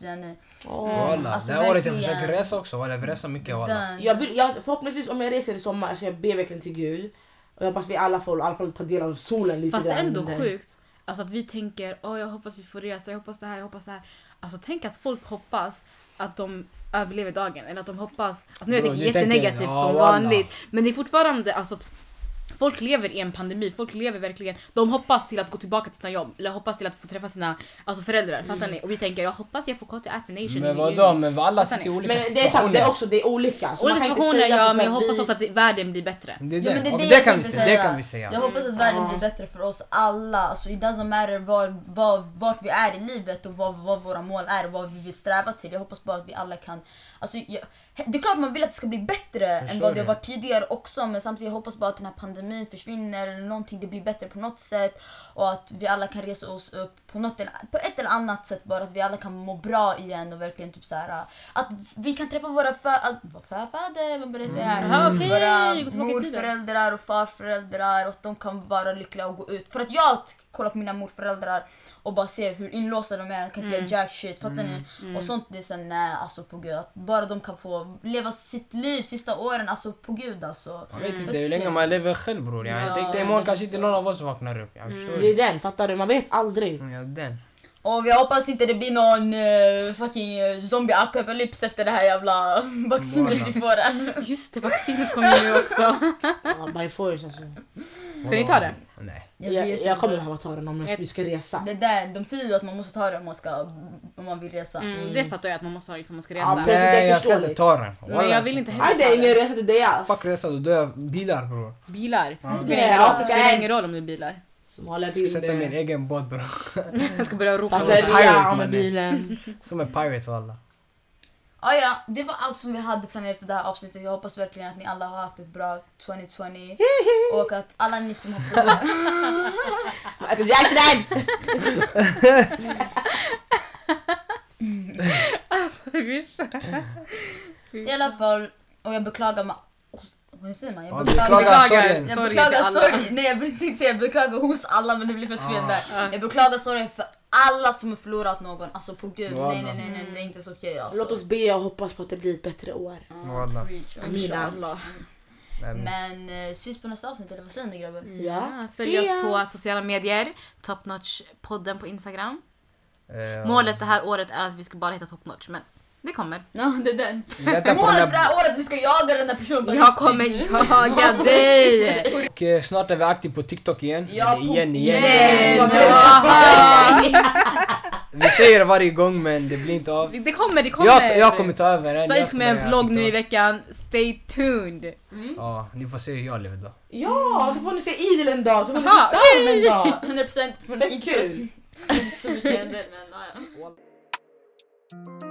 Walla, alltså, det här året jag verkligen. försöker resa också. Walla, vi reser mycket walla. Förhoppningsvis om jag reser i sommar så jag ber verkligen till Gud. Och jag hoppas vi alla får i alla fall ta del av solen lite. Fast det är ändå där. sjukt. Alltså att vi tänker, jag hoppas vi får resa, jag hoppas det här, jag hoppas det här. Alltså tänk att folk hoppas att de överlever dagen. Eller att de hoppas, alltså nu är Bro, jag du jättenegativt tänker, som walla. vanligt. Men det är fortfarande, alltså att folk lever i en pandemi, folk lever verkligen, de hoppas till att gå tillbaka till sina jobb. Eller hoppas till att få träffa sina föräldrar, fattar ni? Och vi tänker, jag hoppas jag får gå till Afro Nation. Men vadå, men alla Fattar sitter i ni? olika Men det är sant, det är också det är olika. Så Olika man kan inte situationer, säga ja, så men jag här, hoppas vi- också att världen blir bättre. Det är Ja, men det. det är Och det det jag kan vi tänkte säga. Det säga. kan vi säga. Jag hoppas att världen blir bättre för oss alla. Alltså, it doesn't matter vart vi är i livet och vad våra mål är och vad vi vill sträva till. Jag hoppas bara att vi alla kan... Alltså, det är klart man vill att det ska bli bättre än vad det har varit tidigare också. Men samtidigt jag hoppas bara att den här pandemin försvinner eller någonting. Det blir bättre på något sätt. Och att vi alla kan resa oss upp på ett eller annat sätt. Bara att vi alla kan må bra igen och verkligen typ så här, att vi kan träffa våra förfäder, vad börjar jag säga här? Jaha, okej. Våra Gå tillbaka i tiden. morföräldrar och farföräldrar och att de kan vara lyckliga och gå ut. För att jag kollar på mina morföräldrar och bara ser hur inlåsta de är, kan inte göra jack shit, fattar ni? Och sånt, det är sen alltså på gud, att bara de kan få leva sitt liv sista åren, alltså på gud alltså. Jag vet inte hur länge man lever själv bror. Jag tänkte imorgon kanske inte någon av oss vaknar upp. Jag förstår Det är den, fattar du? Man vet aldrig. Ja, den. Och jag hoppas inte det blir någon fucking zombie-apokalyps efter det här jävla vaccinet vi får än. Just det, vaccinet kommer nu också. Ja, by force alltså. Ska ni ta det? Nej. Jag kommer behöva ta den om vi ska resa. Det där, de säger ju att man måste ta det om man vill resa. Det fattar jag att man måste ha ifall man ska Ja, resa. precis. det är Nej, jag ska inte förståeligt. ta den. Men jag vill inte Nej, heller det är ta ingen det. resa till det alls. Fuck resa, då dör jag bilar bror. Bilar. Det Ja, spelar ingen roll om det är bilar. Som håller Jag ska sätta min bilder. egen båt bror. Jag ska börja ropa. Som Varför en är pirate, jag med mannen. bilen? Som en pirate walla. Ja, det var allt som vi hade planerat för det här avsnittet. Jag hoppas verkligen att ni alla har haft ett bra 2020. Och att alla ni som har frågat... Michael Jackson! I alla fall, och jag beklagar vad säger man? Ja, Jag beklagar sorgen. Jag Sorry beklagar till alla. sorg. Nej, jag tänkte säga jag beklagar hos alla, men det blir fett fel där. Jag beklagar sorgen för alla som har förlorat någon, alltså på gud, Wallah. nej, det är inte så okej alltså. Låt oss be och hoppas på att det blir ett bättre år. Wallah. Amina. Men syns på nästa avsnitt, eller vad säger ni grabbar? Ja, följ oss på sociala medier. Topnotch-podden på Instagram. Målet det här året är att vi ska bara heta Topnotch, men det kommer. Ja, det är den. Vänta på Målet den för det här året att vi ska jaga den där personen. Jag kommer jaga dig! Och snart är vi aktiva på TikTok igen. Ja, Eller igen. Igen. Vi säger det varje gång men det blir inte av. Det kommer! Jag kommer ta över den. Said kommer en vlogg nu i veckan. Stay tuned! Ja, ni får se hur jag lever då. Ja, så får ni se Idel en dag, så får ni Aha, se Sam en dag. 100% från Fett kul. Inte så mycket händer, men ja.